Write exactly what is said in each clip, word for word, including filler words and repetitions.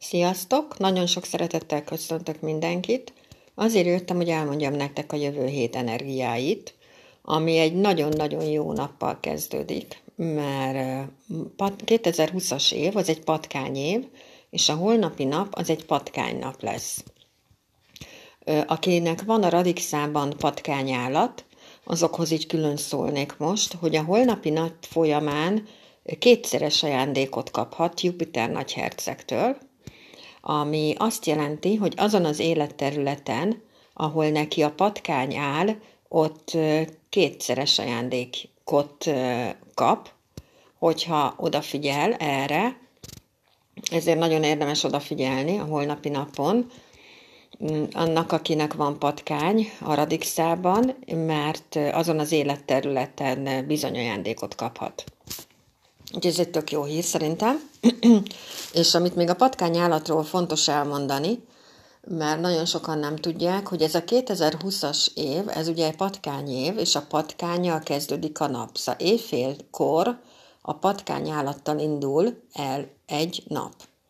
Sziasztok! Nagyon sok szeretettel köszöntök mindenkit. Azért jöttem, hogy elmondjam nektek a jövő hét energiáit, ami egy nagyon-nagyon jó nappal kezdődik, mert kétezer-húszas év az egy patkány év, és a holnapi nap az egy patkány nap lesz. Akinek van a Radixában patkányállat, azokhoz így külön szólnék most, hogy a holnapi nap folyamán kétszeres ajándékot kaphat Jupiter nagyhercegtől, ami azt jelenti, hogy azon az életterületen, ahol neki a patkány áll, ott kétszeres ajándékot kap, hogyha odafigyel erre. Ezért nagyon érdemes odafigyelni a holnapi napon annak, akinek van patkány a Radixában, mert azon az életterületen bizony ajándékot kaphat. Úgyhogy ez egy tök jó hír szerintem. És amit még a patkány állatról fontos elmondani, mert nagyon sokan nem tudják, hogy ez a kétezer-húszas év, ez ugye egy patkány év, és a patkánnyal kezdődik a nap. Szóval éjfélkor a patkány állattal indul el egy nap.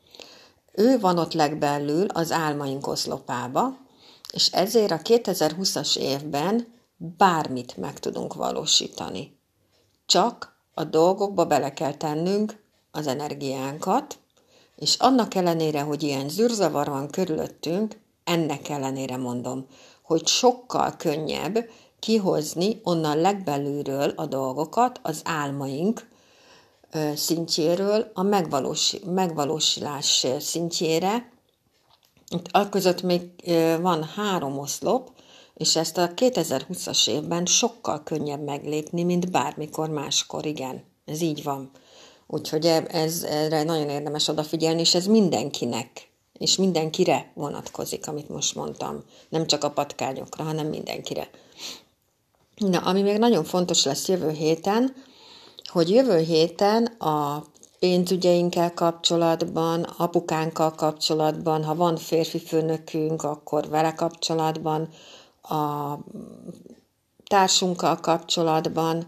Ő van ott legbelül az álmaink oszlopába, és ezért a kétezer-húszas évben bármit meg tudunk valósítani. Csak a dolgokba bele kell tennünk az energiánkat, és annak ellenére, hogy ilyen zűrzavar van körülöttünk, ennek ellenére mondom, hogy sokkal könnyebb kihozni onnan legbelülről a dolgokat az álmaink szintjéről a megvalós, megvalósulás szintjére. Itt között még van három oszlop, és ezt a kétezer-húszas évben sokkal könnyebb meglépni, mint bármikor máskor, igen. Ez így van. Úgyhogy ez, erre nagyon érdemes odafigyelni, és ez mindenkinek, és mindenkire vonatkozik, amit most mondtam. Nem csak a patkányokra, hanem mindenkire. Na, ami még nagyon fontos lesz jövő héten, hogy jövő héten a pénzügyeinkkel kapcsolatban, apukánkkal kapcsolatban, ha van férfi főnökünk, akkor vele kapcsolatban, a társunkkal kapcsolatban,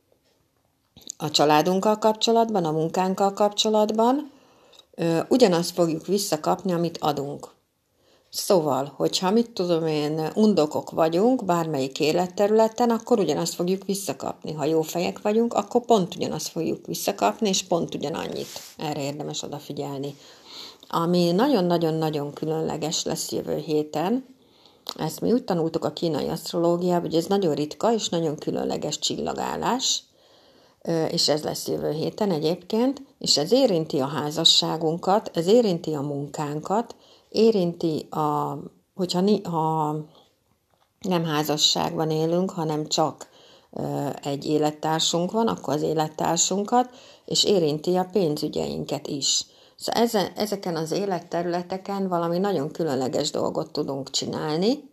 a családunkkal kapcsolatban, a munkánkkal kapcsolatban ugyanazt fogjuk visszakapni, amit adunk. Szóval, hogyha mit tudom én, undokok vagyunk bármelyik életterületen, akkor ugyanazt fogjuk visszakapni. Ha jó fejek vagyunk, akkor pont ugyanazt fogjuk visszakapni, és pont ugyanannyit. Erre érdemes odafigyelni. Ami nagyon-nagyon-nagyon különleges lesz jövő héten, ezt mi úgy tanultuk a kínai asztrológiában, hogy ez nagyon ritka és nagyon különleges csillagállás, és ez lesz jövő héten egyébként, és ez érinti a házasságunkat, ez érinti a munkánkat, érinti, a, hogyha ha nem házasságban élünk, hanem csak egy élettársunk van, akkor az élettársunkat, és érinti a pénzügyeinket is. Szóval ezen, ezeken az életterületeken valami nagyon különleges dolgot tudunk csinálni,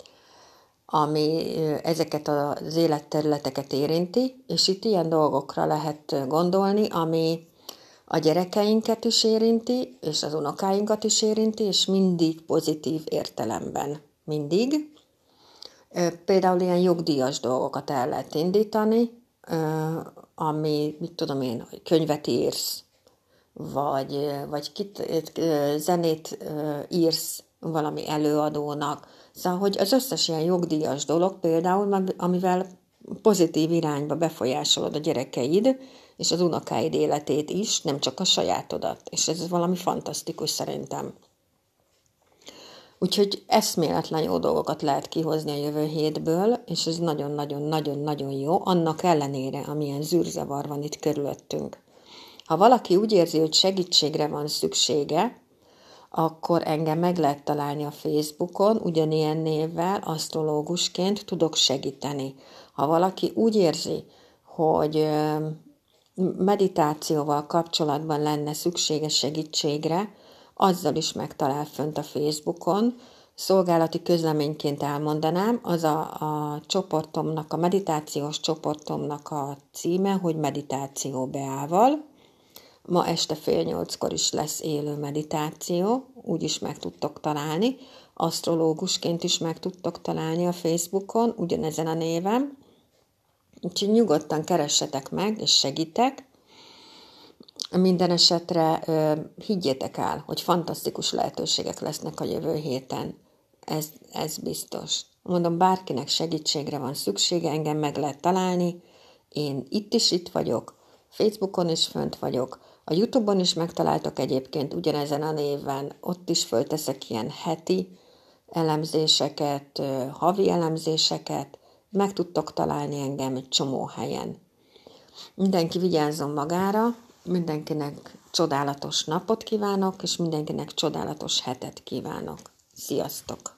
ami ezeket az életterületeket érinti, és itt ilyen dolgokra lehet gondolni, ami a gyerekeinket is érinti, és az unokáinkat is érinti, és mindig pozitív értelemben. Mindig. Például ilyen jogdíjas dolgokat el lehet indítani, ami, mit tudom én, könyvet írsz, vagy, vagy kit, zenét írsz valami előadónak. Szóval, hogy az összes ilyen jogdíjas dolog például, amivel pozitív irányba befolyásolod a gyerekeid, és az unokáid életét is, nem csak a sajátodat. És ez valami fantasztikus szerintem. Úgyhogy eszméletlen jó dolgokat lehet kihozni a jövő hétből, és ez nagyon-nagyon-nagyon-nagyon jó, annak ellenére, amilyen zűrzavar van itt körülöttünk. Ha valaki úgy érzi, hogy segítségre van szüksége, akkor engem meg lehet találni a Facebookon, ugyanilyen névvel, asztrológusként tudok segíteni. Ha valaki úgy érzi, hogy meditációval kapcsolatban lenne szüksége segítségre, azzal is megtalál fönt a Facebookon. Szolgálati közleményként elmondanám, az a, a csoportomnak, a meditációs csoportomnak a címe, hogy Meditáció Beával. Ma este fél nyolckor is lesz élő meditáció, úgy is meg tudtok találni. Asztrológusként is meg tudtok találni a Facebookon, ugyanezen a névem. Úgyhogy nyugodtan keressetek meg, és segítek. Minden esetre higgyétek el, hogy fantasztikus lehetőségek lesznek a jövő héten. Ez, ez biztos. Mondom, bárkinek segítségre van szüksége, engem meg lehet találni. Én itt is itt vagyok, Facebookon is fönt vagyok, a YouTube-on is megtaláltok egyébként ugyanezen a néven, ott is fölteszek ilyen heti elemzéseket, havi elemzéseket, meg tudtok találni engem egy csomó helyen. Mindenki vigyázzon magára, mindenkinek csodálatos napot kívánok, és mindenkinek csodálatos hetet kívánok. Sziasztok!